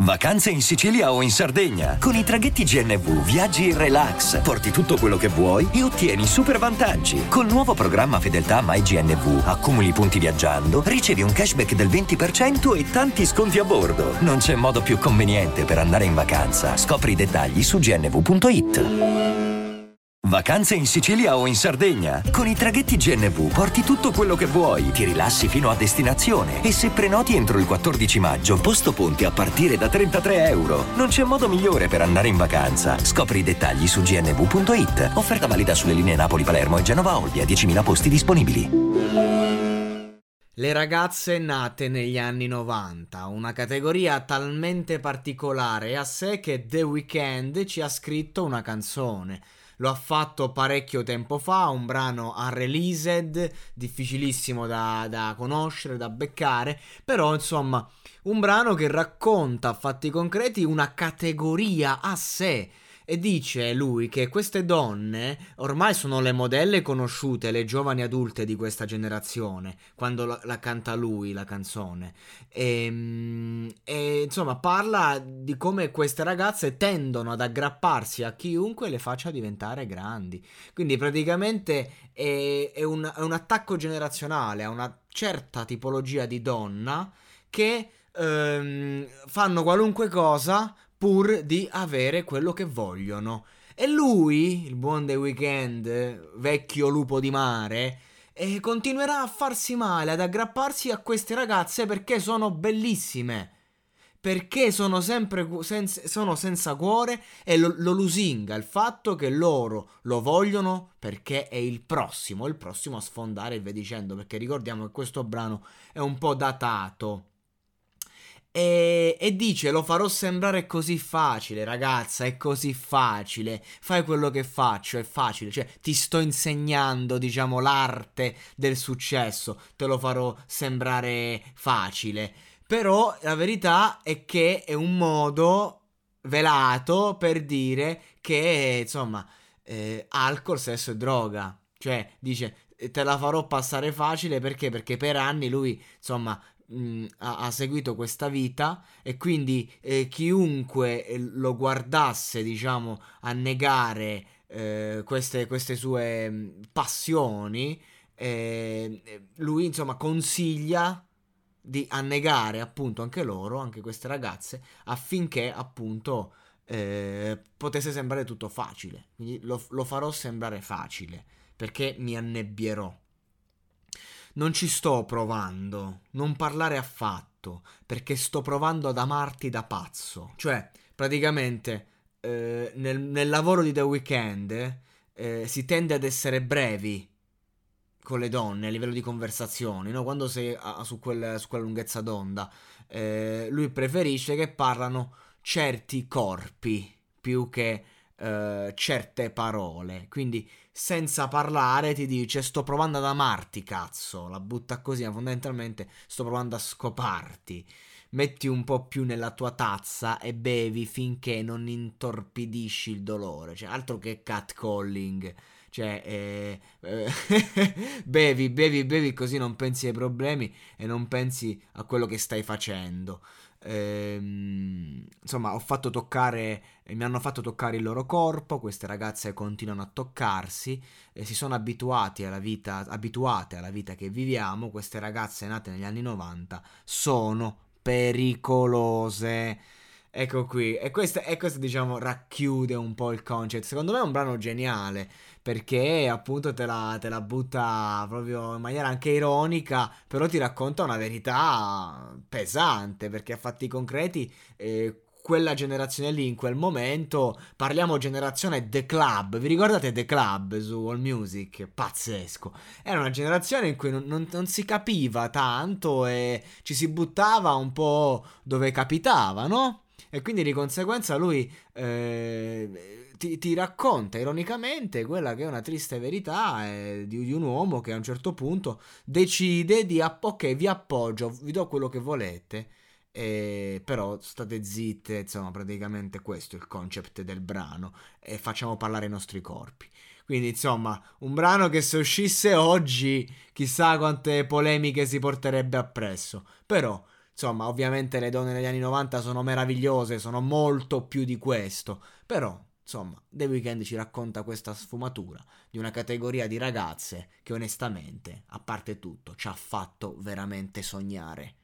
Vacanze in Sicilia o in Sardegna. Con i traghetti GNV viaggi in relax, porti tutto quello che vuoi e ottieni super vantaggi. Col nuovo programma Fedeltà MyGNV accumuli punti viaggiando, ricevi un cashback del 20% e tanti sconti a bordo. Non c'è modo più conveniente per andare in vacanza. Scopri i dettagli su gnv.it. Vacanze in Sicilia o in Sardegna. Con i traghetti GNV porti tutto quello che vuoi, ti rilassi fino a destinazione e se prenoti entro il 14 maggio, posto ponti a partire da €33. Non c'è modo migliore per andare in vacanza. Scopri i dettagli su gnv.it. Offerta valida sulle linee Napoli-Palermo e Genova-Olbia, 10.000 posti disponibili. Le ragazze nate negli anni 90, una categoria talmente particolare a sé che The Weeknd ci ha scritto una canzone. Lo ha fatto parecchio tempo fa, un brano unreleased, difficilissimo da conoscere, da beccare, però insomma un brano che racconta a fatti concreti una categoria a sé. E dice lui che queste donne ormai sono le modelle conosciute, le giovani adulte di questa generazione, quando la canta lui la canzone. E insomma parla di come queste ragazze tendono ad aggrapparsi a chiunque le faccia diventare grandi. Quindi praticamente è un attacco generazionale a una certa tipologia di donna che fanno qualunque cosa pur di avere quello che vogliono. E lui, il buon The Weeknd, vecchio lupo di mare, continuerà a farsi male, ad aggrapparsi a queste ragazze perché sono bellissime, perché sono sempre sono senza cuore e lo lusinga il fatto che loro lo vogliono perché è il prossimo a sfondare e via dicendo, perché ricordiamo che questo brano è un po' datato. E dice: lo farò sembrare così facile, ragazza, è così facile, fai quello che faccio, è facile, cioè ti sto insegnando, diciamo, l'arte del successo, te lo farò sembrare facile. Però la verità è che è un modo velato per dire che, insomma, alcol, sesso e droga. Cioè dice: te la farò passare facile perché per anni lui, insomma, ha seguito questa vita e quindi chiunque lo guardasse, diciamo, a negare queste sue passioni, lui insomma consiglia di annegare appunto anche loro, anche queste ragazze, affinché appunto potesse sembrare tutto facile. Quindi lo farò sembrare facile perché mi annebbierò. Non ci sto provando, non parlare affatto, perché sto provando ad amarti da pazzo. Cioè, praticamente, nel lavoro di The Weeknd si tende ad essere brevi con le donne a livello di conversazioni, no? Quando sei su quella lunghezza d'onda, lui preferisce che parlano certi corpi più che certe parole. Quindi senza parlare ti dice: sto provando ad amarti, cazzo, la butta così, ma fondamentalmente sto provando a scoparti. Metti un po' più nella tua tazza e bevi finché non intorpidisci il dolore. Cioè, altro che catcalling. Cioè, bevi così non pensi ai problemi e non pensi a quello che stai facendo. Insomma, mi hanno fatto toccare il loro corpo. Queste ragazze continuano a toccarsi e si sono abituate alla vita che viviamo. Queste ragazze nate negli anni 90 sono pericolose. Ecco qui, e questo diciamo racchiude un po' il concetto. Secondo me è un brano geniale perché appunto te la butta proprio in maniera anche ironica, però ti racconta una verità pesante, perché a fatti concreti quella generazione lì in quel momento, parliamo generazione The Club, vi ricordate The Club su AllMusic? Pazzesco, era una generazione in cui non si capiva tanto e ci si buttava un po' dove capitava, no? E quindi di conseguenza lui ti racconta ironicamente quella che è una triste verità di un uomo che a un certo punto decide di ok, vi appoggio, vi do quello che volete, però state zitte. Insomma, praticamente questo è il concept del brano, e facciamo parlare i nostri corpi. Quindi insomma, un brano che se uscisse oggi chissà quante polemiche si porterebbe appresso, però Insomma, ovviamente le donne degli anni 90 sono meravigliose, sono molto più di questo, però, insomma, The Weeknd ci racconta questa sfumatura di una categoria di ragazze che onestamente, a parte tutto, ci ha fatto veramente sognare.